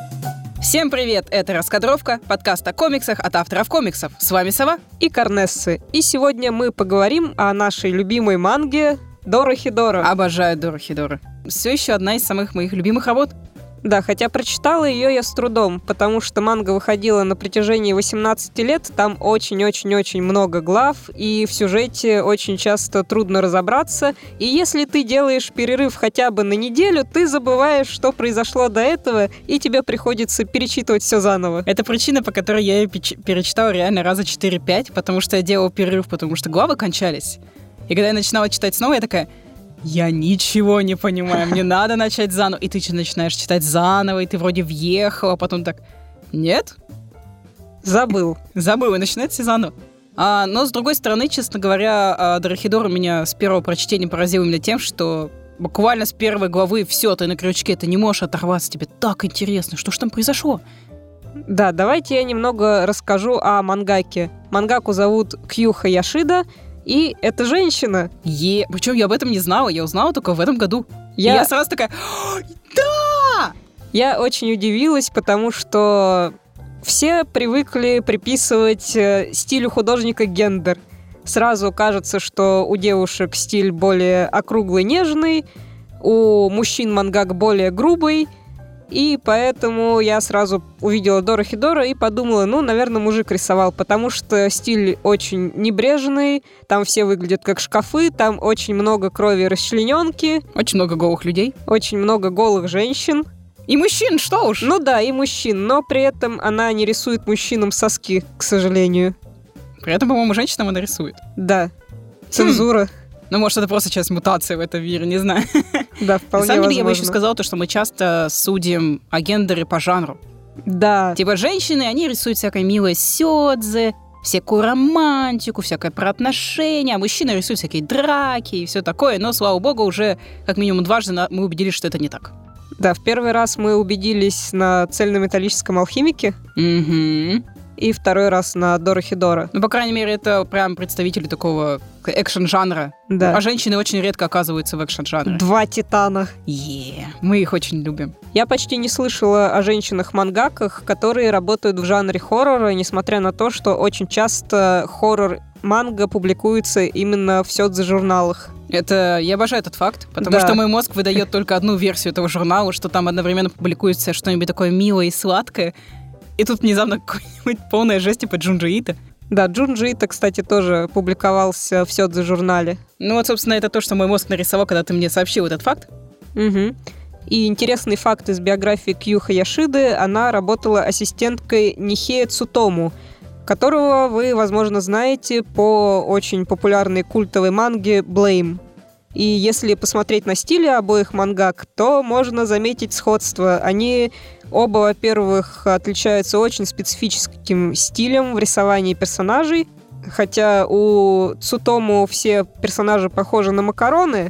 Всем привет! Это «Раскадровка», подкаст о комиксах от авторов комиксов. С вами Сова и Корнессы. И сегодня мы поговорим о нашей любимой манге Дорохедоро. Обожаю Дорохедоро. Все еще одна из самых моих любимых работ. Да, хотя прочитала ее я с трудом, потому что манга выходила на протяжении 18 лет, там очень-очень-очень много глав, и в сюжете очень часто трудно разобраться, и если ты делаешь перерыв хотя бы на неделю, ты забываешь, что произошло до этого, и тебе приходится перечитывать все заново. Это причина, по которой я ее перечитала реально раза 4-5, потому что я делала перерыв, потому что главы кончались. И когда я начинала читать снова, я такая... Я ничего не понимаю, мне надо начать заново. И ты начинаешь читать заново, и ты вроде въехал, а потом так... Нет? Забыл, и начинается заново. Но, с другой стороны, честно говоря, Дорохедоро меня с первого прочтения поразил именно тем, что буквально с первой главы все, ты на крючке, ты не можешь оторваться, тебе так интересно, что ж там произошло? Да, давайте я немного расскажу о мангаке. Мангаку зовут Кью Хаяшида, и это женщина. Причем я об этом не знала, я узнала только в этом году. Я сразу такая, да! Я очень удивилась, потому что все привыкли приписывать стилю художника гендер. Сразу кажется, что у девушек стиль более округлый, нежный, у мужчин мангак более грубый. И поэтому я сразу увидела Дорохедоро и подумала, наверное, мужик рисовал, потому что стиль очень небрежный, там все выглядят как шкафы, там очень много крови и расчлененки. Очень много голых людей. Очень много голых женщин. И мужчин, что уж. Да, и мужчин, но при этом она не рисует мужчинам соски, к сожалению. При этом, по-моему, женщинам она рисует. Да, цензура. Может, это просто сейчас мутация в этом мире, не знаю. Да, вполне возможно. На самом деле, я бы еще сказала, что мы часто судим о гендере по жанру. Да. Типа женщины, они рисуют всякое милое сёдзе, всякую романтику, всякое про отношения, а мужчины рисуют всякие драки и все такое, но, слава богу, уже как минимум дважды мы убедились, что это не так. Да, в первый раз мы убедились на цельнометаллическом алхимике. Угу. И второй раз на Дорохедоро. По крайней мере, это прям представители такого экшн-жанра. Да. А женщины очень редко оказываются в экшн-жанре. 2 титана. Мы их очень любим. Я почти не слышала о женщинах-мангаках, которые работают в жанре хоррора, несмотря на то, что очень часто хоррор-манга публикуется именно в сёдзе-журналах. Я обожаю этот факт, потому что мой мозг выдает только одну версию этого журнала, что там одновременно публикуется что-нибудь такое милое и сладкое, и тут внезапно какой-нибудь полная жесть типа Джунджи Ито. Да, Джунджи Ито, кстати, тоже публиковался в сёдзе-журнале. Собственно, это то, что мой мозг нарисовал, когда ты мне сообщил этот факт. Угу. И интересный факт из биографии Кью Хаяшиды: она работала ассистенткой Нихея Цутому, которого вы, возможно, знаете по очень популярной культовой манге «Blame». И если посмотреть на стили обоих мангак, то можно заметить сходство. Они оба, во-первых, отличаются очень специфическим стилем в рисовании персонажей. Хотя у Цутому все персонажи похожи на макароны,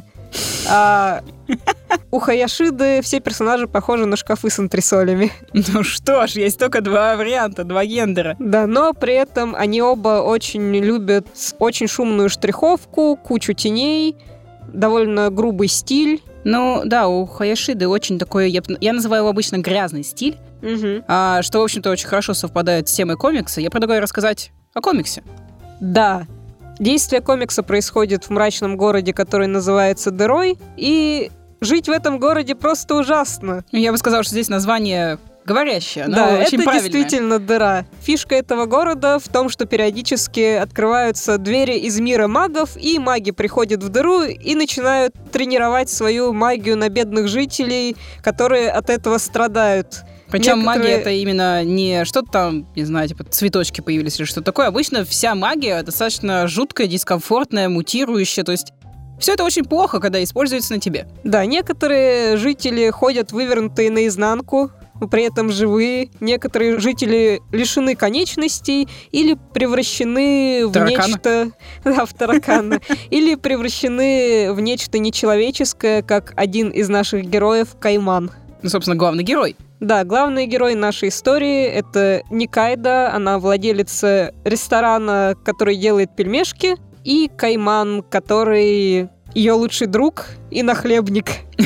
а у Хаяшиды все персонажи похожи на шкафы с антресолями. Что ж, есть только 2 варианта, 2 гендера. Да, но при этом они оба очень любят очень шумную штриховку, кучу теней, довольно грубый стиль. У Хаяшиды очень такой, я называю его обычно грязный стиль, что, в общем-то, очень хорошо совпадает с темой комикса. Я предлагаю рассказать о комиксе. Да. Действие комикса происходит в мрачном городе, который называется Дерой, и жить в этом городе просто ужасно. Я бы сказала, что здесь название говорящее, но да, очень это правильное. Действительно дыра. Фишка этого города в том, что периодически открываются двери из мира магов, и маги приходят в дыру и начинают тренировать свою магию на бедных жителей, которые от этого страдают. Причем магия — это именно не что-то там, не знаю, типа цветочки появились или что-то такое. Обычно вся магия достаточно жуткая, дискомфортная, мутирующая, то есть все это очень плохо, когда используется на тебе. Да, некоторые жители ходят вывернутые наизнанку, при этом живые. Некоторые жители лишены конечностей или превращены в нечто... Да, в таракана. Или превращены в нечто нечеловеческое, как один из наших героев Кайман. Собственно, главный герой. Да, главный герой нашей истории — это Никайда, она владелица ресторана, который делает пельмешки, и Кайман, который ее лучший друг и нахлебник.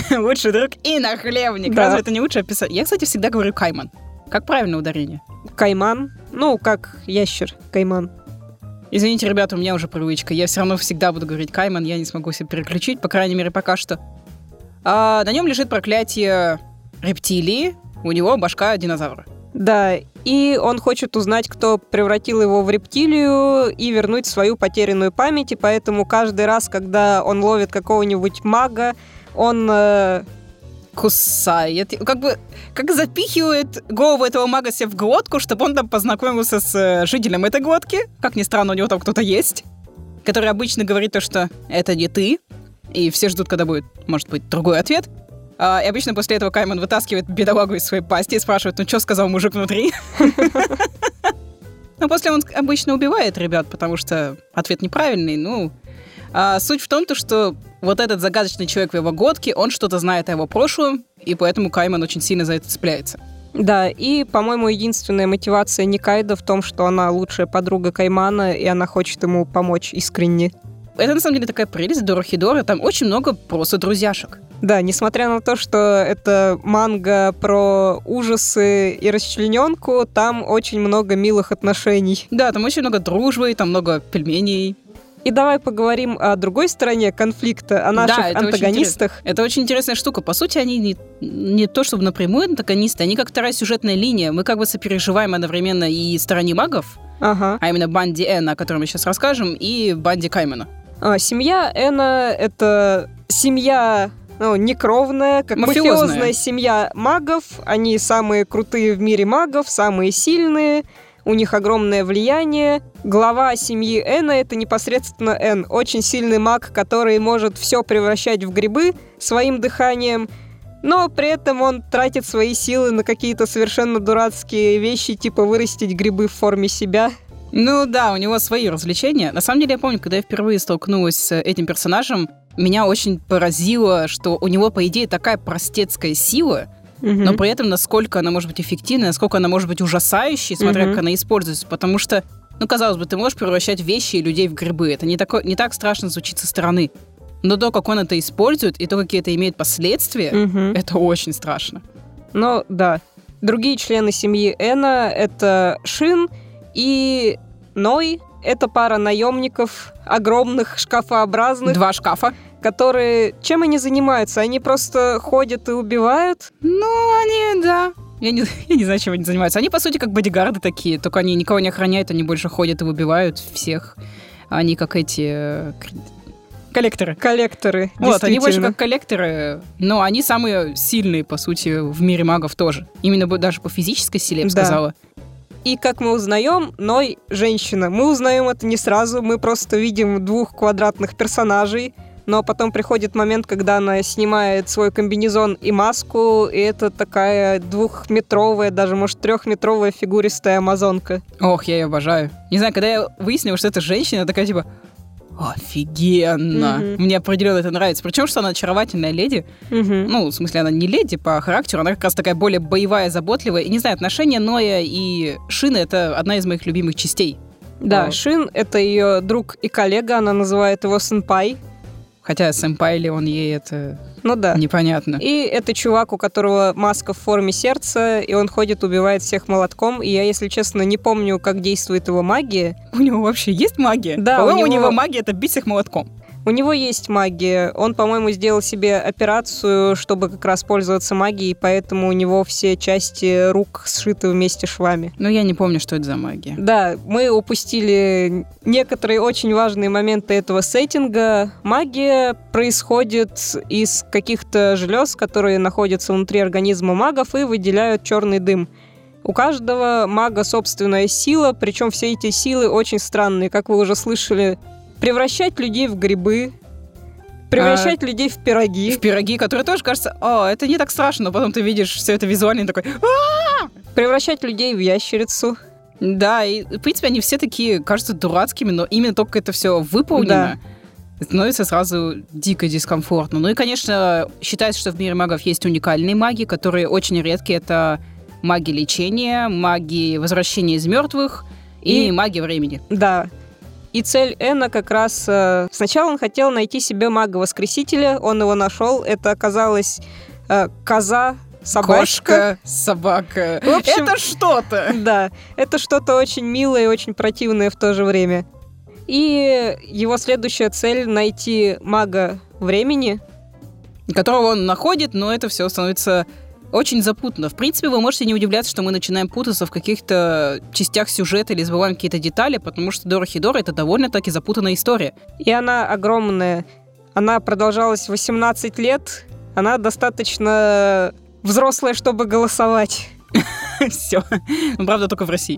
Лучший друг и нахлебник. Да. Разве это не лучшее описание? Я, кстати, всегда говорю кайман. Как правильно ударение? Кайман. Ну, как ящер. Кайман. Извините, ребята, у меня уже привычка. Я все равно всегда буду говорить кайман, я не смогу себя переключить, по крайней мере, пока что. На нем лежит проклятие рептилии, у него башка динозавра. Да, и он хочет узнать, кто превратил его в рептилию и вернуть свою потерянную память, и поэтому каждый раз, когда он ловит какого-нибудь мага, он... Кусает. Как запихивает голову этого мага себе в глотку, чтобы он там познакомился с жителем этой глотки. Как ни странно, у него там кто-то есть, который обычно говорит то, что это не ты, и все ждут, когда будет, может быть, другой ответ. И обычно после этого Кайман вытаскивает бедолагу из своей пасти и спрашивает, ну что сказал мужик внутри? Но после он обычно убивает ребят, потому что ответ неправильный. Суть в том, что вот этот загадочный человек в его глотке, он что-то знает о его прошлом, и поэтому Кайман очень сильно за это цепляется. Да, и, по-моему, единственная мотивация Никайдо в том, что она лучшая подруга Каймана, и она хочет ему помочь искренне. Это, на самом деле, такая прелесть Дорохидора. Там очень много просто друзьяшек. Да, несмотря на то, что это манга про ужасы и расчлененку, там очень много милых отношений. Да, там очень много дружбы, там много пельменей. И давай поговорим о другой стороне конфликта, о наших антагонистах. Это очень интересная штука. По сути, они не то чтобы напрямую антагонисты, они как вторая сюжетная линия. Мы как бы сопереживаем одновременно и стороне магов, а именно банде Эна, о котором мы сейчас расскажем, и банде Каймана. Семья Эна — это семья... некровная, как мафиозная семья магов. Они самые крутые в мире магов, самые сильные. У них огромное влияние. Глава семьи Эна — это непосредственно Эн. Очень сильный маг, который может все превращать в грибы своим дыханием. Но при этом он тратит свои силы на какие-то совершенно дурацкие вещи, типа вырастить грибы в форме себя. Ну да, у него свои развлечения. На самом деле, я помню, когда я впервые столкнулась с этим персонажем, меня очень поразило, что у него, по идее, такая простецкая сила, но при этом насколько она может быть эффективной, насколько она может быть ужасающей, смотря как она используется. Потому что, казалось бы, ты можешь превращать вещи и людей в грибы. Это не так страшно звучит со стороны. Но то, как он это использует, и то, какие это имеет последствия, это очень страшно. Ну, да. Другие члены семьи Эна — это Шин и Ной. Это пара наемников, огромных, шкафообразных. 2 шкафа. Которые... Чем они занимаются? Они просто ходят и убивают? Да. Я не знаю, чем они занимаются. Они, по сути, как бодигарды такие, только они никого не охраняют, они больше ходят и убивают всех. Они как эти... Коллекторы. Вот, они больше как коллекторы, но они самые сильные, по сути, в мире магов тоже. Именно даже по физической силе, я бы сказала. И как мы узнаем, Ной — женщина. Мы узнаем это не сразу, мы просто видим 2 квадратных персонажей, но потом приходит момент, когда она снимает свой комбинезон и маску, и это такая 2-метровая, даже, может, 3-метровая фигуристая амазонка. Ох, я ее обожаю. Не знаю, когда я выяснила, что это женщина, такая типа... Офигенно! Мне определенно это нравится. Причем, что она очаровательная леди. В смысле, она не леди по характеру, она как раз такая более боевая, заботливая. И, не знаю, отношения Ноя и Шина — это одна из моих любимых частей. Да, Шин — это ее друг и коллега, она называет его сэмпай. Хотя сэмпай ли он ей, это непонятно. И это чувак, у которого маска в форме сердца, и он ходит, убивает всех молотком. И я, если честно, не помню, как действует его магия. У него вообще есть магия? Да, по-моему, у него магия — это бить всех молотком. У него есть магия. Он, по-моему, сделал себе операцию, чтобы как раз пользоваться магией, поэтому у него все части рук сшиты вместе швами. Но я не помню, что это за магия. Да, мы упустили некоторые очень важные моменты этого сеттинга. Магия происходит из каких-то желез, которые находятся внутри организма магов и выделяют черный дым. У каждого мага собственная сила, причем все эти силы очень странные, как вы уже слышали. Превращать людей в грибы, превращать людей в пироги. В пироги, которые тоже кажется, это не так страшно, но потом ты видишь все это визуально и такой... Превращать людей в ящерицу. Да, и, в принципе, они все такие, кажутся дурацкими, но именно только это все выполнено, становится сразу дико дискомфортно. Ну и, конечно, считается, что в мире магов есть уникальные маги, которые очень редкие. Это маги лечения, маги возвращения из мертвых и маги времени. Да. И цель Эна как раз... Сначала он хотел найти себе мага-воскресителя, он его нашел. Это оказалась коза, собачка. Кошка, собака. В общем, это что-то. Да, это что-то очень милое и очень противное в то же время. И его следующая цель — найти мага времени, Которого он находит, но это все становится очень запутанно. В принципе, вы можете не удивляться, что мы начинаем путаться в каких-то частях сюжета или забываем какие-то детали, потому что Дорохидора — это довольно-таки запутанная история. и она огромная. Она продолжалась 18 лет. Она достаточно взрослая, чтобы голосовать. Все. Ну, правда, только в России.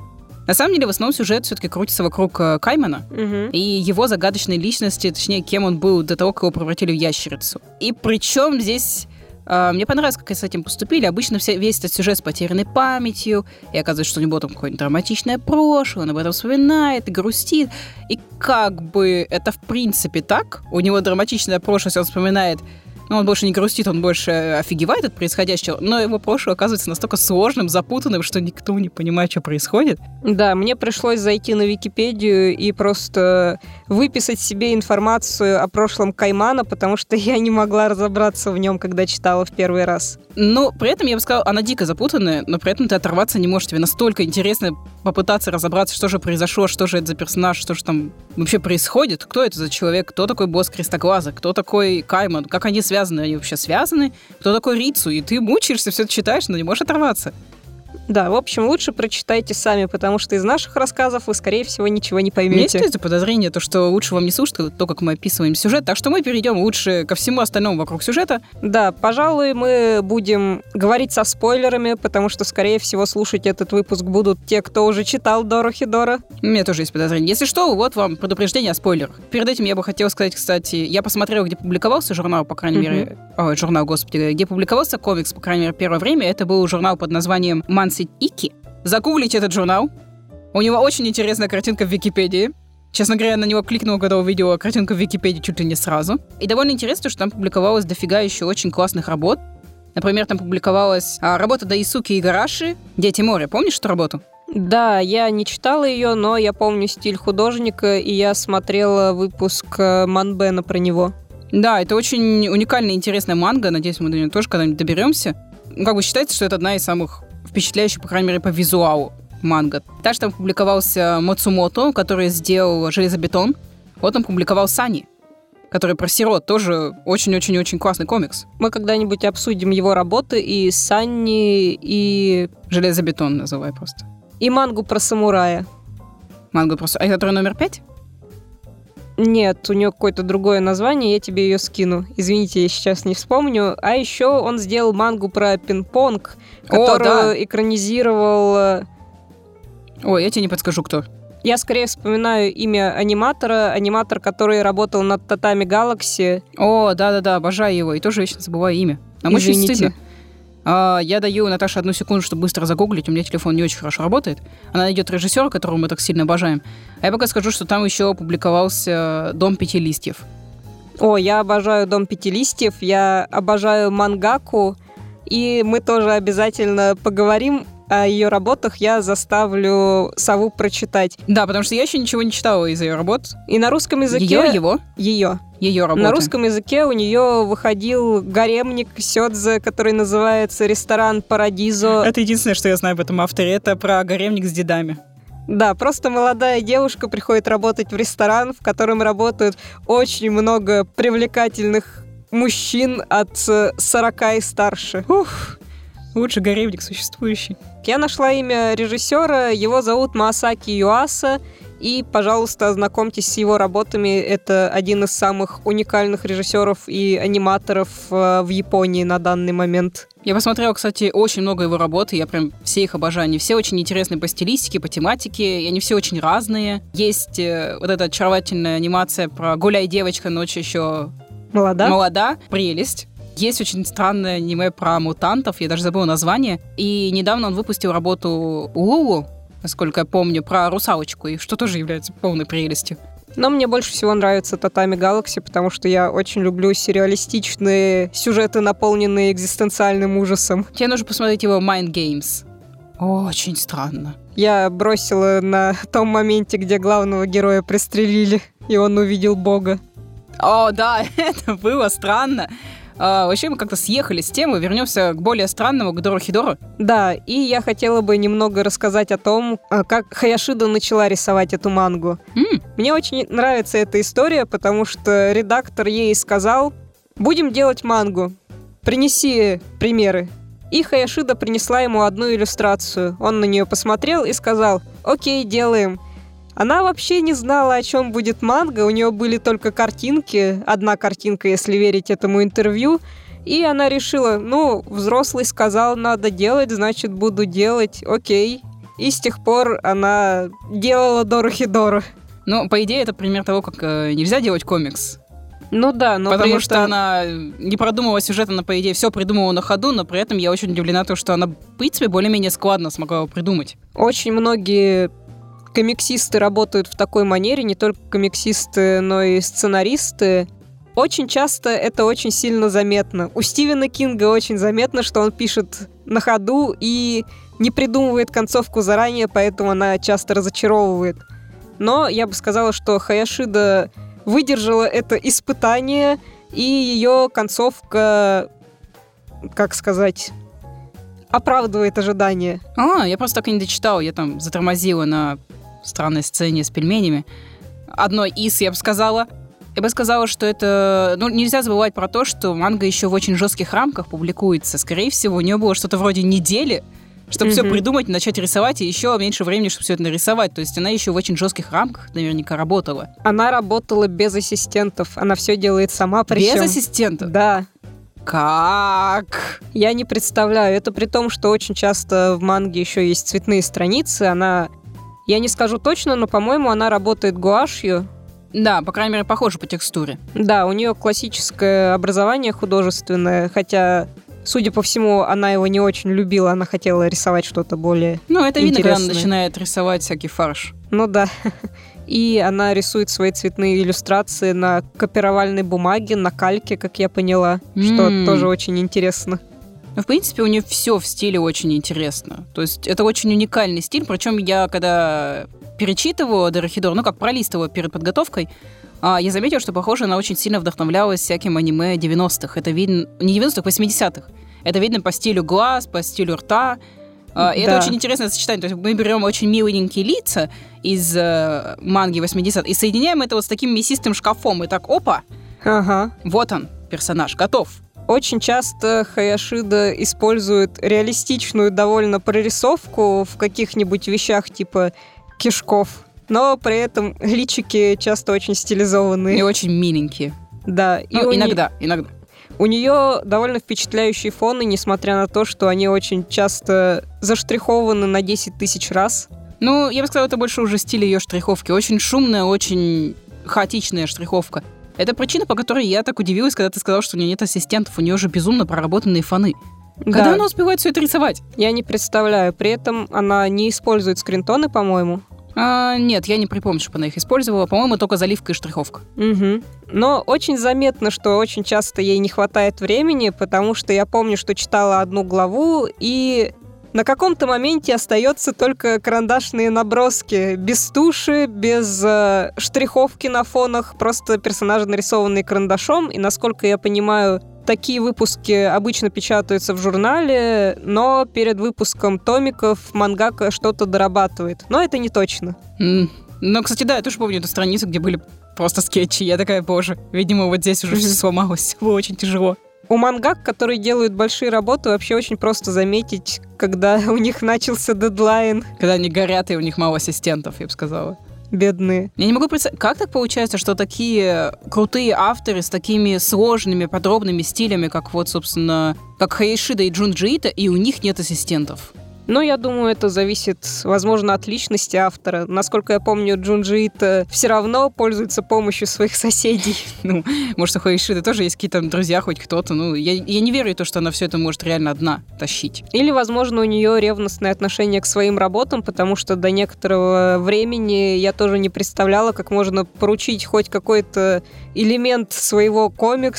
На самом деле, в основном сюжет все-таки крутится вокруг Каймана и его загадочной личности, точнее, кем он был до того, как его превратили в ящерицу. И причем здесь... Мне понравилось, как они с этим поступили. Обычно весь этот сюжет с потерянной памятью, и оказывается, что у него там какое-нибудь драматичное прошлое, он об этом вспоминает и грустит. И как бы это в принципе так, у него драматичное прошлое, если он вспоминает, но он больше не грустит, он больше офигевает от происходящего, но его прошлое оказывается настолько сложным, запутанным, что никто не понимает, что происходит. Да, мне пришлось зайти на Википедию и просто выписать себе информацию о прошлом Каймана, потому что я не могла разобраться в нем, когда читала в первый раз. Но при этом, я бы сказала, она дико запутанная, но при этом ты оторваться не можешь. Тебе настолько интересно попытаться разобраться, что же произошло, что же это за персонаж, что же там вообще происходит, кто это за человек, кто такой босс Крестоглаза, кто такой Кайман, как они связаны, они вообще связаны, кто такой Рицу, и ты мучаешься, все это читаешь, но не можешь оторваться. Да, в общем, лучше прочитайте сами, потому что из наших рассказов вы, скорее всего, ничего не У меня есть поймете. это подозрение, то, что лучше вам не слушать то, как мы описываем сюжет, так что мы перейдем лучше ко всему остальному вокруг сюжета. Да, пожалуй, мы будем говорить со спойлерами, потому что, скорее всего, слушать этот выпуск будут те, кто уже читал Дорохидора. У меня тоже есть подозрение. Если что, вот вам предупреждение о спойлерах. Перед этим я бы хотела сказать, кстати, я посмотрела, где публиковался журнал, по крайней мере... Ой, журнал, господи. Где публиковался комикс, по крайней мере, первое время. Это был журнал под названием «Мансит Ики». Загуглите этот журнал. У него очень интересная картинка в Википедии. Честно говоря, я на него кликнула, когда увидела картинку в Википедии чуть ли не сразу. И довольно интересно, что там публиковалось дофига еще очень классных работ. Например, там публиковалась работа Даисуки Игараши «Дети моря». Помнишь эту работу? Да, я не читала ее, но я помню стиль художника, и я смотрела выпуск Манбена про него. Да, это очень уникальная и интересная манга. Надеюсь, мы до нее тоже когда-нибудь доберемся. Ну, как бы считается, что это одна из самых впечатляющих, по крайней мере, по визуалу манга. Также там публиковался Мацумото, который сделал «Железобетон». Вот он публиковал «Сани», который про сирот. Тоже очень-очень-очень классный комикс. Мы когда-нибудь обсудим его работы, и Санни, и... «Железобетон» называй просто. И мангу про самурая. Мангу просто... А это который номер 5? Нет, у нее какое-то другое название, я тебе ее скину. Извините, я сейчас не вспомню. А еще он сделал мангу про пинг-понг, которую экранизировал... Ой, я тебе не подскажу, кто. Я скорее вспоминаю имя аниматор, который работал над Татами Галакси. О, да-да-да, обожаю его, и тоже вечно забываю имя. Нам очень стыдно. Я даю Наташе 1 секунду, чтобы быстро загуглить. У меня телефон не очень хорошо работает. Она найдет режиссера, которого мы так сильно обожаем. А я пока скажу, что там еще публиковался «Дом 5 листьев». О, я обожаю «Дом 5 листьев», я обожаю мангаку, и мы тоже обязательно поговорим о ее работах. Я заставлю Сову прочитать. Да, потому что я еще ничего не читала из ее работ. И на русском языке... Ее работы. На русском языке у нее выходил гаремник сёдзе, который называется «Ресторан Парадизо». Это единственное, что я знаю об этом авторе. Это про гаремник с дедами. Да, просто молодая девушка приходит работать в ресторан, в котором работают очень много привлекательных мужчин от 40 и старше. Ух, лучший гаремник существующий. Я нашла имя режиссера, его зовут Маасаки Юаса, и, пожалуйста, ознакомьтесь с его работами. Это один из самых уникальных режиссеров и аниматоров в Японии на данный момент. Я посмотрела, кстати, очень много его работ, и я прям все их обожаю. Они все очень интересные по стилистике, по тематике, и они все очень разные. Есть вот эта очаровательная анимация про «Гуляй, девочка, ночь еще молода». Прелесть. Есть очень странное аниме про мутантов, я даже забыла название. И недавно он выпустил работу Лулу, насколько я помню, про русалочку, и что тоже является полной прелестью. Но мне больше всего нравится Татами Галакси, потому что я очень люблю сюрреалистичные сюжеты, наполненные экзистенциальным ужасом. Тебе нужно посмотреть его Mind Games. Очень странно. Я бросила на том моменте, где главного героя пристрелили, и он увидел Бога. О, да, это было странно. Вообще мы как-то съехали с темы, вернемся к более странному, к Дорохидору. Да, и я хотела бы немного рассказать о том, как Хаяшида начала рисовать эту мангу. Мне очень нравится эта история, потому что редактор ей сказал: будем делать мангу, принеси примеры. И Хаяшида принесла ему одну иллюстрацию. Он на нее посмотрел и сказал: окей, делаем. Она вообще не знала, о чем будет манга, у нее были только картинки, одна картинка, если верить этому интервью, и она решила, взрослый сказал, надо делать, значит, буду делать, окей. И с тех пор она делала Дорохидору. Ну, по идее, это пример того, как нельзя делать комикс. Ну да, но потому что она не продумывала сюжет, она, по идее, все придумывала на ходу, но при этом я очень удивлена тому, что она, в принципе, более-менее складно смогла его придумать. Очень многие комиксисты работают в такой манере, не только комиксисты, но и сценаристы. Очень часто это очень сильно заметно. У Стивена Кинга очень заметно, что он пишет на ходу и не придумывает концовку заранее, поэтому она часто разочаровывает. Но я бы сказала, что Хаяшида выдержала это испытание, и ее концовка, как сказать, оправдывает ожидания. Я просто так и не дочитала, я там затормозила на странной сцене с пельменями. Одной из, я бы сказала. Я бы сказала, что это... нельзя забывать про то, что манга еще в очень жестких рамках публикуется. Скорее всего, у нее было что-то вроде недели, чтобы все придумать, начать рисовать, и еще меньше времени, чтобы все это нарисовать. То есть она еще в очень жестких рамках наверняка работала. Она работала без ассистентов. Она все делает сама, причем... Без ассистентов? Да. Как? Я не представляю. Это при том, что очень часто в манге еще есть цветные страницы. Она... Я не скажу точно, но, по-моему, она работает гуашью. Да, по крайней мере, похоже по текстуре. Да, у нее классическое образование художественное, хотя, судя по всему, она его не очень любила, она хотела рисовать что-то более это видно, интересное. когда она начинает рисовать всякий фарш. Ну да. И она рисует свои цветные иллюстрации на копировальной бумаге, на кальке, как я поняла, что тоже очень интересно. В принципе, у нее все в стиле очень интересно. То есть это очень уникальный стиль. Причем я, когда перечитывала Дорохидору, как пролистывала перед подготовкой, я заметила, что, похоже, она очень сильно вдохновлялась всяким аниме 90-х. Это видно... Не 90-х, 80-х. Это видно по стилю глаз, по стилю рта. И это очень интересное сочетание. То есть мы берем очень миленькие лица из манги 80-х и соединяем это вот с таким мясистым шкафом. И так, опа! Ага. Вот он, персонаж, готов. Очень часто Хаяшида использует реалистичную довольно прорисовку в каких-нибудь вещах типа кишков, но при этом личики часто очень стилизованные. И очень миленькие. Да. И иногда. У нее довольно впечатляющие фоны, несмотря на то, что они очень часто заштрихованы на 10 тысяч раз. Я бы сказала, это больше уже стиль ее штриховки. Очень шумная, очень хаотичная штриховка. Это причина, по которой я так удивилась, когда ты сказал, что у нее нет ассистентов, у нее же безумно проработанные фоны. Когда она успевает все это рисовать? Я не представляю. При этом она не использует скринтоны, по-моему. Нет, я не припомню, чтобы она их использовала. По-моему, только заливка и штриховка. Угу. Но очень заметно, что очень часто ей не хватает времени, потому что я помню, что читала одну главу, и на каком-то моменте остается только карандашные наброски, без туши, без штриховки на фонах, просто персонажи, нарисованные карандашом. И, насколько я понимаю, такие выпуски обычно печатаются в журнале, но перед выпуском томиков мангака что-то дорабатывает. Но это не точно. Кстати, да, я тоже помню эту страницу, где были просто скетчи. Я такая, боже, видимо, вот здесь уже все сломалось. Было очень тяжело. У мангак, которые делают большие работы, вообще очень просто заметить, когда у них начался дедлайн. Когда они горят, и у них мало ассистентов, я бы сказала. Бедные. Я не могу представить, как так получается, что такие крутые авторы с такими сложными, подробными стилями, как вот, собственно, как Хаяшида и Джунджи Ито, и у них нет ассистентов? Я думаю, это зависит, возможно, от личности автора. Насколько я помню, Джунджи Ито все равно пользуется помощью своих соседей. Может, у Хаяшиды тоже есть какие-то друзья, хоть кто-то. Я не верю в то, что она все это может реально одна тащить. Или, возможно, у нее ревностное отношение к своим работам, потому что до некоторого времени я тоже не представляла, как можно поручить хоть какой-то элемент своего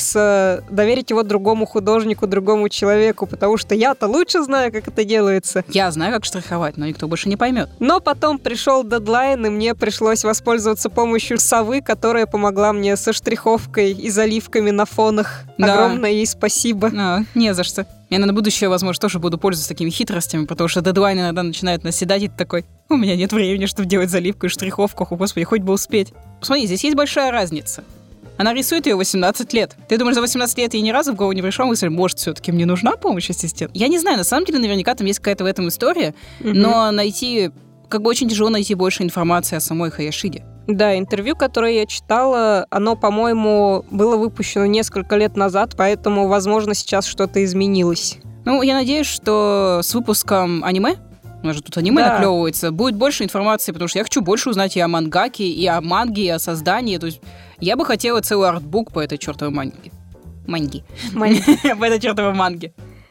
комикса, доверить его другому художнику, другому человеку, потому что я-то лучше знаю, как это делается. Я знаю, как штриховать, но никто больше не поймет. Но потом пришел дедлайн, и мне пришлось воспользоваться помощью совы, которая помогла мне со штриховкой и заливками на фонах. Да. Огромное ей спасибо. Не за что. Я на будущее, возможно, тоже буду пользоваться такими хитростями, потому что дедлайн иногда начинает наседать, и ты такой: у меня нет времени, чтобы делать заливку и штриховку. О, господи, хоть бы успеть. Смотри, здесь есть большая разница. Она рисует ее 18 лет. Ты думаешь, за 18 лет ей ни разу в голову не пришла мысль, может, все-таки мне нужна помощь ассистента? Я не знаю, на самом деле, наверняка там есть какая-то в этом история, но найти, очень тяжело найти больше информации о самой Хаяшиде. Да, интервью, которое я читала, оно, по-моему, было выпущено несколько лет назад, поэтому, возможно, сейчас что-то изменилось. Я надеюсь, что с выпуском аниме, у нас же тут аниме наклевывается, будет больше информации, потому что я хочу больше узнать и о мангаке, и о манге, и о создании. То есть я бы хотела целый артбук по этой чертовой манге. По этой чертовой манге.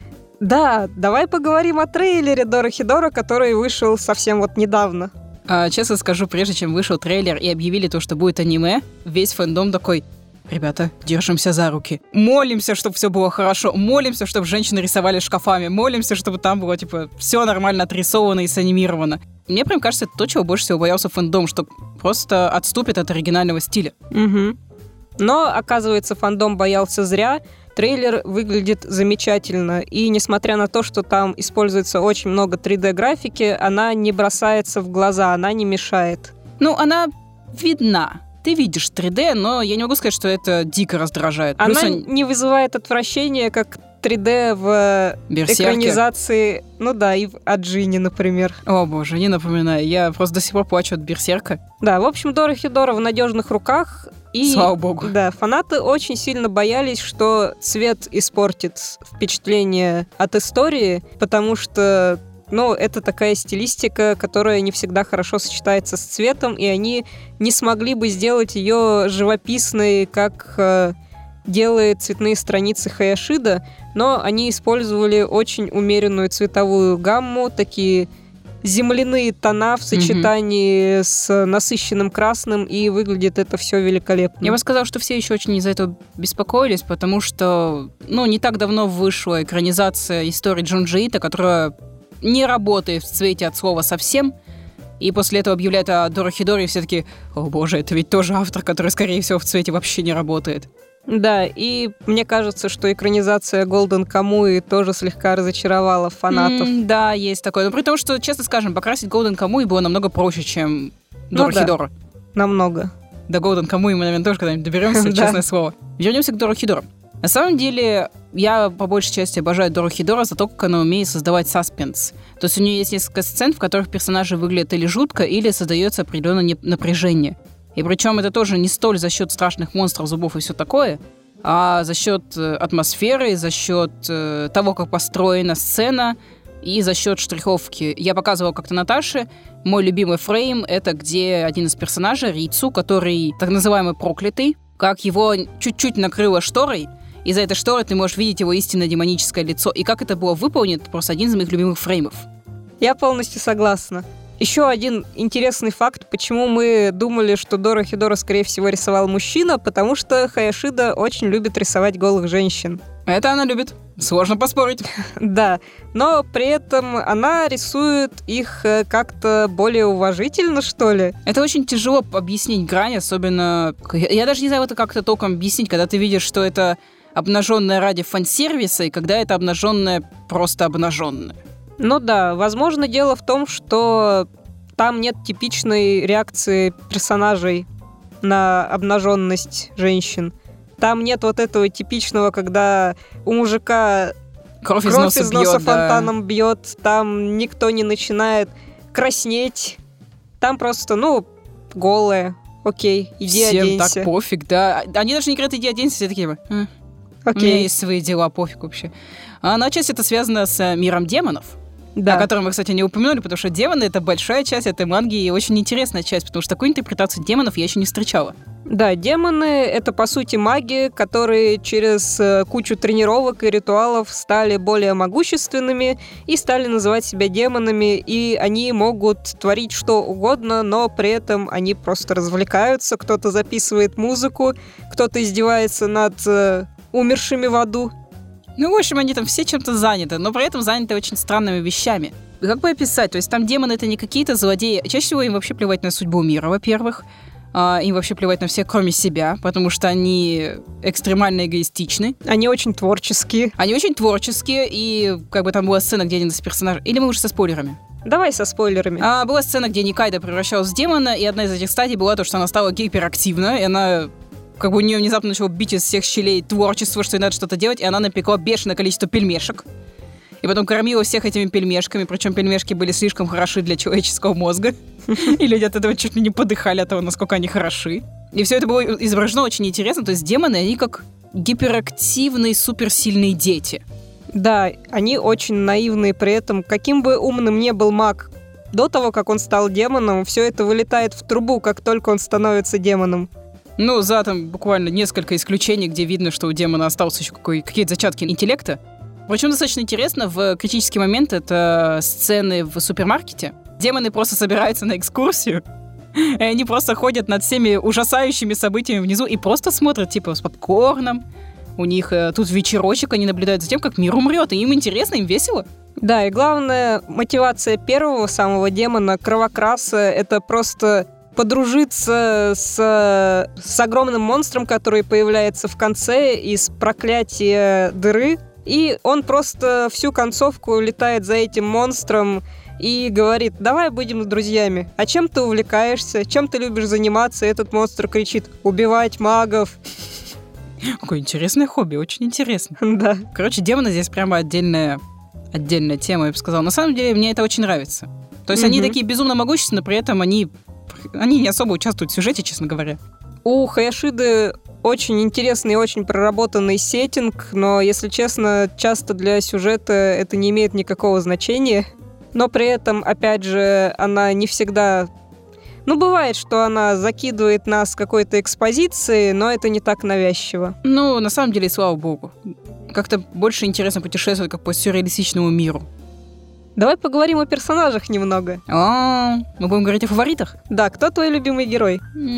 Да, давай поговорим о трейлере Дорохидоро, который вышел совсем недавно. Честно скажу, прежде чем вышел трейлер и объявили то, что будет аниме, весь фэндом такой: ребята, держимся за руки. Молимся, чтобы все было хорошо. Молимся, чтобы женщины рисовали шкафами. Молимся, чтобы там было, все нормально отрисовано и санимировано. Мне прям кажется, это то, чего больше всего боялся фэндом, что просто отступит от оригинального стиля. Угу. Но, оказывается, фэндом боялся зря. Трейлер выглядит замечательно. И несмотря на то, что там используется очень много 3D-графики, она не бросается в глаза, она не мешает. Она видна. Ты видишь 3D, но я не могу сказать, что это дико раздражает. Она не вызывает отвращения, как 3D в Берсерке. Экранизации, и в Аджине, например. О боже, не напоминай, я просто до сих пор плачу от Берсерка. Да, в общем, Дорохидоро в надежных руках. И, слава богу. Да, фанаты очень сильно боялись, что цвет испортит впечатление от истории, потому что это такая стилистика, которая не всегда хорошо сочетается с цветом, и они не смогли бы сделать ее живописной, как делает цветные страницы Хаяшида, но они использовали очень умеренную цветовую гамму, такие земляные тона в сочетании с насыщенным красным, и выглядит это все великолепно. Я бы сказала, что все еще очень из-за этого беспокоились, потому что, не так давно вышла экранизация истории Джунджи Ито, которая не работает в цвете от слова совсем, и после этого объявляют о Дорохидоро, и все таки: о боже, это ведь тоже автор, который, скорее всего, в цвете вообще не работает. Да, и мне кажется, что экранизация Golden Kamuy тоже слегка разочаровала фанатов. Да, есть такое. Но при том, что, честно скажем, покрасить Golden Kamuy было намного проще, чем Дорохидоро. Да, намного. До Golden Kamuy мы, наверное, тоже когда-нибудь доберемся, честное слово. Вернемся к Дорохидоро. На самом деле, я по большей части обожаю Дорохидоро за то, как она умеет создавать саспенс. То есть у нее есть несколько сцен, в которых персонажи выглядят или жутко, или создается определенное напряжение. И причем это тоже не столь за счет страшных монстров, зубов и все такое, а за счет атмосферы, за счет того, как построена сцена, и за счет штриховки. Я показывала как-то Наташе. Мой любимый фрейм — это где один из персонажей, Рицу, который так называемый проклятый, как его чуть-чуть накрыло шторой, и за этой шторой ты можешь видеть его истинное демоническое лицо. И как это было выполнено, это просто один из моих любимых фреймов. Я полностью согласна. Еще один интересный факт, почему мы думали, что Дорохидоро, скорее всего, рисовал мужчина, потому что Хаяшида очень любит рисовать голых женщин. Это она любит. Сложно поспорить. Да, но при этом она рисует их как-то более уважительно, что ли. Это очень тяжело объяснить грань, особенно... Я даже не знаю, это как-то толком объяснить, когда ты видишь, что это обнаженное ради фан-сервиса, и когда это обнаженное просто обнаженное. Да, возможно, дело в том, что там нет типичной реакции персонажей на обнаженность женщин. Там нет этого типичного, когда у мужика кровь из носа фонтаном бьет, там никто не начинает краснеть. Там просто, голое. Окей, иди всем оденься. Всем так пофиг, да. Они даже не говорят: иди оденься, все такие: окей. У меня есть свои дела, пофиг вообще. Но отчасти это связано с миром демонов. Да. О котором мы, кстати, не упомянули, потому что демоны — это большая часть этой манги и очень интересная часть, потому что такую интерпретацию демонов я еще не встречала. Да, демоны — это, по сути, маги, которые через кучу тренировок и ритуалов стали более могущественными и стали называть себя демонами, и они могут творить что угодно, но при этом они просто развлекаются, кто-то записывает музыку, кто-то издевается над умершими в аду. В общем, они там все чем-то заняты, но при этом заняты очень странными вещами. как бы описать? То есть там демоны — это не какие-то злодеи. Чаще всего им вообще плевать на судьбу мира, во-первых. Им вообще плевать на всех, кроме себя, потому что они экстремально эгоистичны. Они очень творческие. И как бы там была сцена, где один из персонажей... Или мы уже со спойлерами? Давай со спойлерами. Была сцена, где Никайда превращалась в демона, и одна из этих стадий была то, что она стала гиперактивна, и она... Как бы у нее внезапно начало бить из всех щелей творчество, что ей надо что-то делать, и она напекла бешеное количество пельмешек. И потом кормила всех этими пельмешками, причем пельмешки были слишком хороши для человеческого мозга. И люди от этого чуть ли не подыхали от того, насколько они хороши. И все это было изображено очень интересно. То есть демоны, они как гиперактивные, суперсильные дети. Да, они очень наивные при этом. Каким бы умным ни был маг до того, как он стал демоном, все это вылетает в трубу, как только он становится демоном. Ну, за там буквально несколько исключений, где видно, что у демона остался еще какие-то зачатки интеллекта. Причем достаточно интересно, в критический момент это сцены в супермаркете. Демоны просто собираются на экскурсию, и они просто ходят над всеми ужасающими событиями внизу и просто смотрят, типа, с попкорном. У них тут вечерочек, они наблюдают за тем, как мир умрет, и им интересно, им весело. Да, и главная мотивация первого самого демона, Кровокраса, это просто подружиться с огромным монстром, который появляется в конце из проклятия дыры. И он просто всю концовку летает за этим монстром и говорит: давай будем друзьями. А чем ты увлекаешься? Чем ты любишь заниматься? И этот монстр кричит: убивать магов. Какое интересное хобби, очень интересно. Да. Короче, демоны здесь прямо отдельная тема, я бы сказала. На самом деле, мне это очень нравится. То есть они такие безумно могущественны, при этом они не особо участвуют в сюжете, честно говоря. У Хаяшиды очень интересный и очень проработанный сеттинг, но, если честно, часто для сюжета это не имеет никакого значения. Но при этом, опять же, она не всегда... Ну, бывает, что она закидывает нас какой-то экспозицией, но это не так навязчиво. Ну, на самом деле, слава богу. Как-то больше интересно путешествовать как по сюрреалистичному миру. Давай поговорим о персонажах немного. Мы будем говорить о фаворитах? Да, кто твой любимый герой?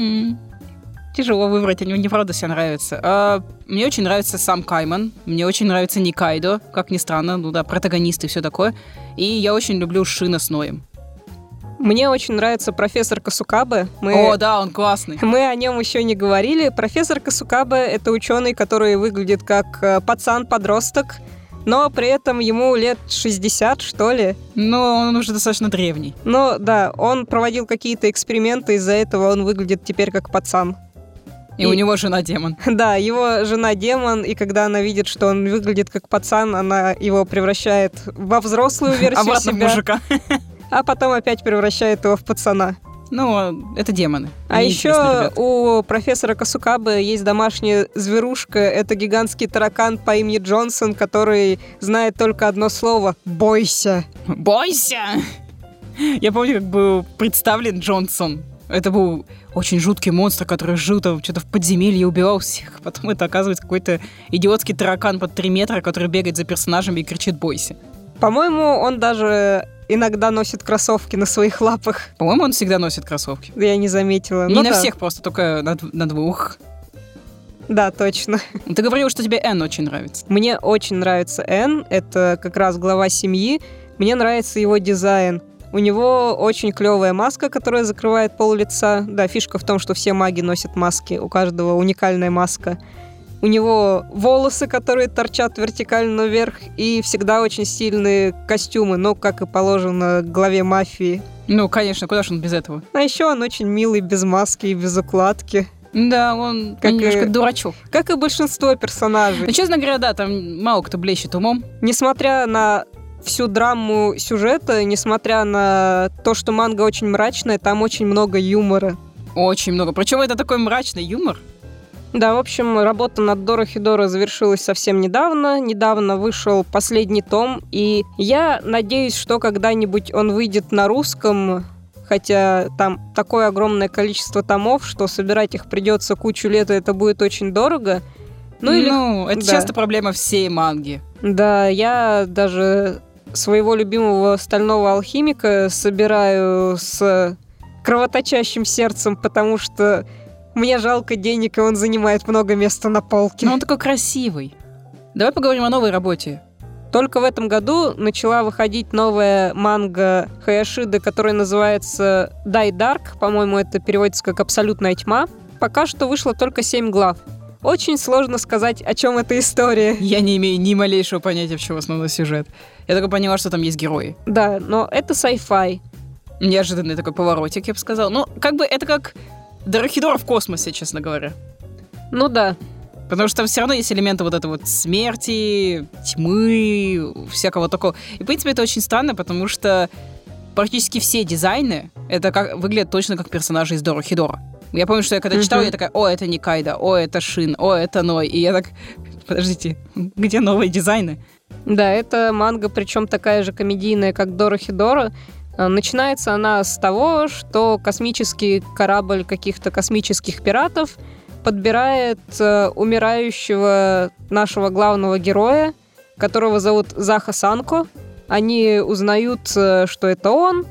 Тяжело выбрать, они мне правда все нравятся. Мне очень нравится сам Кайман, мне очень нравится Никайдо, как ни странно, ну да, протагонист и все такое. И я очень люблю Шина с Ноем. Мне очень нравится профессор Касукабе. О, да, он классный. Мы о нем еще не говорили. Профессор Касукабе — это ученый, который выглядит как пацан-подросток, но при этом ему лет 60, что ли. Но он уже достаточно древний. Ну да, он проводил какие-то эксперименты, из-за этого он выглядит теперь как пацан. И у него жена демон. Да, его жена демон, и когда она видит, что он выглядит как пацан, она его превращает во взрослую версию обратно себя. В мужика. А потом опять превращает его в пацана. Ну, это демоны. А еще у профессора Касукабе есть домашняя зверушка. Это гигантский таракан по имени Джонсон, который знает только одно слово — «бойся». Бойся! Я помню, как был представлен Джонсон. Это был очень жуткий монстр, который жил там что-то в подземелье и убивал всех. Потом это оказывается какой-то идиотский таракан под 3 метра, который бегает за персонажем и кричит «бойся». По-моему, он даже иногда носит кроссовки на своих лапах. По-моему, он всегда носит кроссовки. Я не заметила. Не на всех просто, только на 2. Да, точно. Ты говорила, что тебе Энн очень нравится. Мне очень нравится Энн. Это как раз глава семьи. Мне нравится его дизайн. У него очень клевая маска, которая закрывает пол лица. Да, фишка в том, что все маги носят маски. У каждого уникальная маска. У него волосы, которые торчат вертикально вверх, и всегда очень стильные костюмы, ну, как и положено главе мафии. Ну, конечно, куда же он без этого? А еще он очень милый, без маски и без укладки. Да, он немножко дурачок. Как и большинство персонажей. Ну, честно говоря, да, там мало кто блещет умом. Несмотря на всю драму сюжета, несмотря на то, что манга очень мрачная, там очень много юмора. Очень много. Причем это такой мрачный юмор. Да, в общем, работа над Дорохидоро завершилась совсем недавно. Недавно вышел последний том, и я надеюсь, что когда-нибудь он выйдет на русском, хотя там такое огромное количество томов, что собирать их придется кучу лет, и это будет очень дорого. Это часто проблема всей манги. Да, я даже своего любимого «Стального алхимика» собираю с кровоточащим сердцем, потому что мне жалко денег, и он занимает много места на полке. Но он такой красивый. Давай поговорим о новой работе. Только в этом году начала выходить новая манга Хаяшиды, которая называется Die Dark. По-моему, это переводится как «Абсолютная тьма». Пока что вышло только 7 глав. Очень сложно сказать, о чем эта история. Я не имею ни малейшего понятия, в чем основной сюжет. Я только поняла, что там есть герои. Да, но это sci-fi. Неожиданный такой поворотик, я бы сказала. Ну, как бы это как Дорохидор в космосе, честно говоря. Ну да. Потому что там все равно есть элементы вот этой вот смерти, тьмы, всякого такого. И, в принципе, это очень странно, потому что практически все дизайны выглядят точно как персонажи из Дорохидора. Я помню, что я когда читала, я такая: о, это Никайда, о, это Шин, о, это Ной. И я так: подождите, где новые дизайны? Да, это манга, причем такая же комедийная, как Дорохидора. Начинается она с того, что космический корабль каких-то космических пиратов подбирает умирающего нашего главного героя, которого зовут Заха Санко. Они узнают, что это он,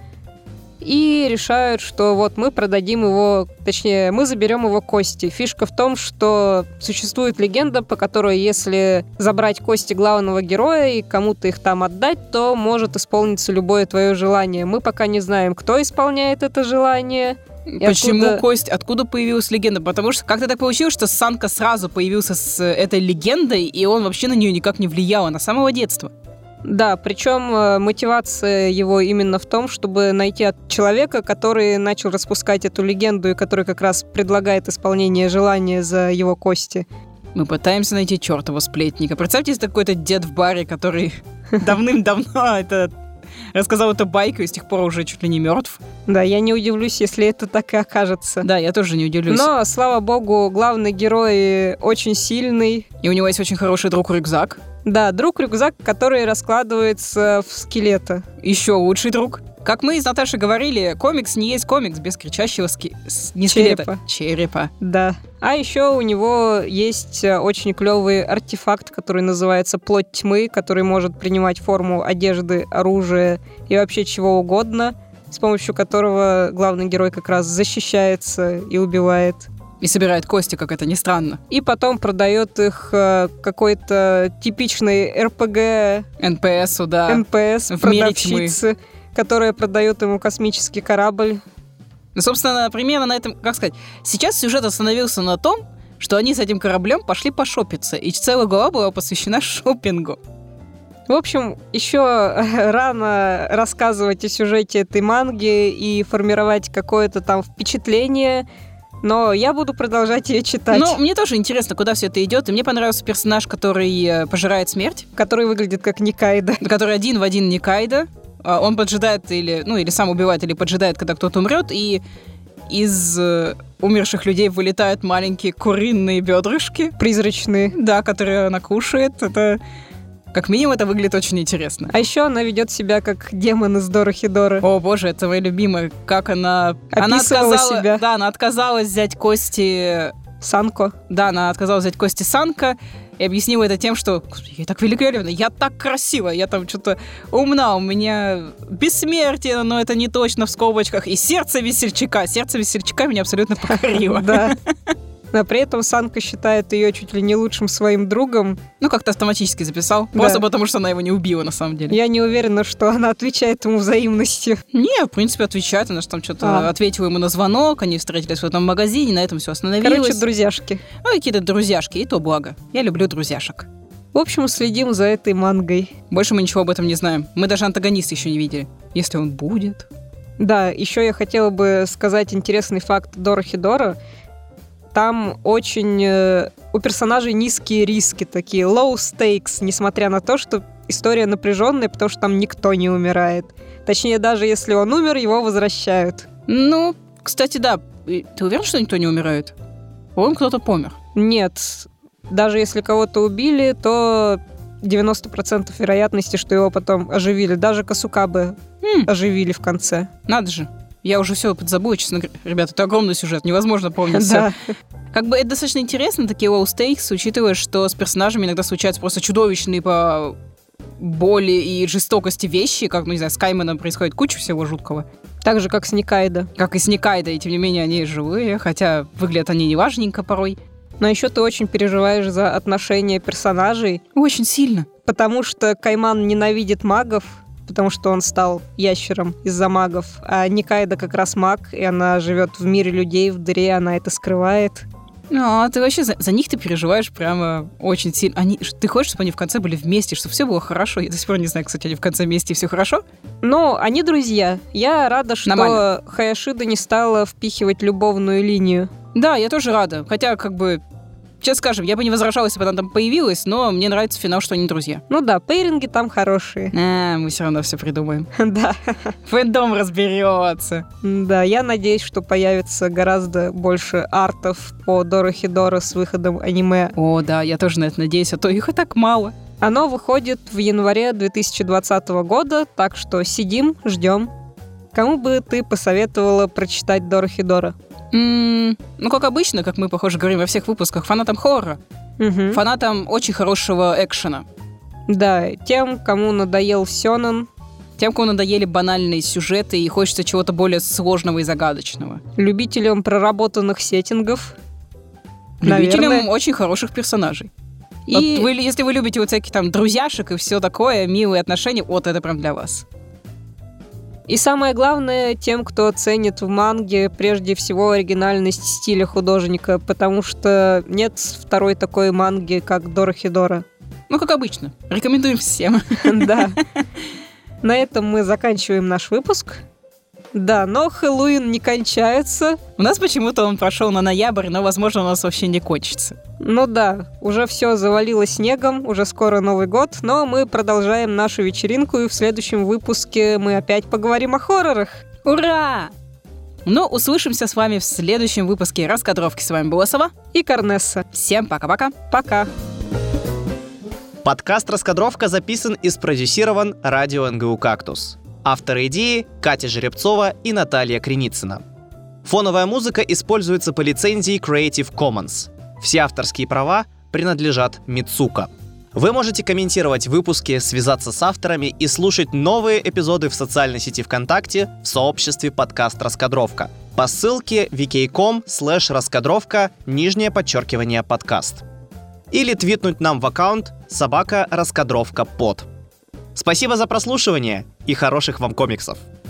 и решают, что вот мы продадим его, точнее, мы заберем его кости. Фишка в том, что существует легенда, по которой если забрать кости главного героя и кому-то их там отдать, то может исполниться любое твое желание. Мы пока не знаем, кто исполняет это желание. Почему кость? Откуда появилась легенда? Потому что как-то так получилось, что Санка сразу появился с этой легендой, и он вообще на нее никак не влиял, она с самого детства. Да, причем мотивация его именно в том, чтобы найти человека, который начал распускать эту легенду и который как раз предлагает исполнение желания за его кости. Мы пытаемся найти чертова сплетника. Представьте, если какой-то дед в баре, который давным-давно рассказал эту байку и с тех пор уже чуть ли не мертв. Да, я не удивлюсь, если это так и окажется. Да, я тоже не удивлюсь. Но, слава богу, главный герой очень сильный. И у него есть очень хороший друг-рюкзак. Да, друг-рюкзак, который раскладывается в скелета. Еще лучший друг. Как мы с Наташей говорили, комикс не есть комикс без кричащего скелета. Черепа. Да. А еще у него есть очень клевый артефакт, который называется «Плоть тьмы», который может принимать форму одежды, оружия и вообще чего угодно, с помощью которого главный герой как раз защищается и убивает. И собирает кости, как это ни странно. И потом продает их какой-то типичной РПГ... НПСу, да. НПС, продавщице, которая продает ему космический корабль. Ну, собственно, примерно на этом, как сказать, сейчас сюжет остановился на том, что они с этим кораблем пошли пошопиться, и целая глава была посвящена шопингу. В общем, еще рано рассказывать о сюжете этой манги и формировать какое-то там впечатление, но я буду продолжать ее читать. Ну, мне тоже интересно, куда все это идет, и мне понравился персонаж, который пожирает смерть. Который выглядит как Никайда. Который один в один Никайда. Он поджидает или сам убивает, или поджидает, когда кто-то умрет, и из умерших людей вылетают маленькие куриные бедрышки. Призрачные. Да, которые она кушает. Это, как минимум, это выглядит очень интересно. А еще она ведет себя как демон из Дорохидора. О, боже, это моя любимая. Как она... Описывала себя. Да, она отказалась взять кости... Санко. Да, она отказалась взять кости Санко и объяснила это тем, что я так великолепна, я так красива, я там что-то умна, у меня бессмертие, но это не точно в скобочках, и сердце весельчака. Сердце весельчака меня абсолютно покорило. Да. Но при этом Санко считает ее чуть ли не лучшим своим другом. Ну, как-то автоматически записал. Просто потому, что она его не убила, на самом деле. Я не уверена, что она отвечает ему взаимностью. Не, в принципе, отвечает. Она же там что-то ответила ему на звонок, они встретились в этом магазине, на этом все остановилось. Короче, друзьяшки. Ну, какие-то друзьяшки, и то благо. Я люблю друзьяшек. В общем, следим за этой мангой. Больше мы ничего об этом не знаем. Мы даже антагониста еще не видели. Если он будет. Да, еще я хотела бы сказать интересный факт Дорохидора. Там очень у персонажей низкие риски, такие low stakes, несмотря на то, что история напряженная, потому что там никто не умирает. Точнее, даже если он умер, его возвращают. Ну, кстати, да. Ты уверен, что никто не умирает? По-моему, кто-то помер. Нет. Даже если кого-то убили, то 90% вероятности, что его потом оживили. Даже Касукабе оживили в конце. Надо же. Я уже все подзабыла, честно говоря. Ребята, это огромный сюжет, невозможно помнить все. Как бы это достаточно интересно, такие low stakes, учитывая, что с персонажами иногда случаются просто чудовищные по боли и жестокости вещи, как, ну, не знаю, с Кайманом происходит куча всего жуткого. Так же, как с Никайдо. Как и с Никайдо, и тем не менее они живые, хотя выглядят они неважненько порой. Но еще ты очень переживаешь за отношения персонажей. Очень сильно. Потому что Кайман ненавидит магов, потому что он стал ящером из-за магов. А Никайда как раз маг, и она живет в мире людей, в дыре, она это скрывает. Ну, ты вообще за них ты переживаешь прямо очень сильно. Ты хочешь, чтобы они в конце были вместе, чтобы все было хорошо? Я до сих пор не знаю, кстати, они в конце вместе и все хорошо? Но они друзья. Я рада, что Нормально. Хаяшида не стала впихивать любовную линию. Да, я тоже рада. Хотя, честно скажем, я бы не возражала, если бы она там появилась, но мне нравится финал, что они друзья. Ну да, пейринги там хорошие. Мы все равно все придумаем. Да. Фэндом разберется. Да, я надеюсь, что появится гораздо больше артов по Дорохидоро с выходом аниме. О, да, я тоже на это надеюсь, а то их и так мало. Оно выходит в январе 2020 года, так что сидим, ждем. Кому бы ты посоветовала прочитать Дорохидоро? Ну, как обычно, как мы, похоже, говорим во всех выпусках, фанатам хоррора, фанатам очень хорошего экшена. Да, тем, кому надоел сёнэн. Тем, кому надоели банальные сюжеты и хочется чего-то более сложного и загадочного. Любителям проработанных сеттингов. Любителям Наверное. очень хороших персонажей. И Если вы любите вот всяких там друзьяшек и все такое, милые отношения, вот это прям для вас. И самое главное, тем, кто ценит в манге прежде всего оригинальность стиля художника, потому что нет второй такой манги, как Дорохидоро. Ну, как обычно. Рекомендуем всем. Да. На этом мы заканчиваем наш выпуск. Да, но Хэллоуин не кончается. У нас почему-то он прошел на ноябрь, но, возможно, у нас вообще не кончится. Ну да, уже все завалило снегом, уже скоро Новый год, но мы продолжаем нашу вечеринку, и в следующем выпуске мы опять поговорим о хоррорах. Ура! Ну, услышимся с вами в следующем выпуске «Раскадровки». С вами была Сова и Корнесса. Всем пока-пока. Пока. Подкаст «Раскадровка» записан и спродюсирован радио НГУ «Кактус». Авторы идеи – Катя Жеребцова и Наталья Креницына. Фоновая музыка используется по лицензии Creative Commons. Все авторские права принадлежат Мицука. Вы можете комментировать выпуски, связаться с авторами и слушать новые эпизоды в социальной сети ВКонтакте в сообществе подкаст «Раскадровка» по ссылке vk.com/раскадровка_подкаст. Или твитнуть нам в аккаунт @раскадровкапод. Спасибо за прослушивание и хороших вам комиксов!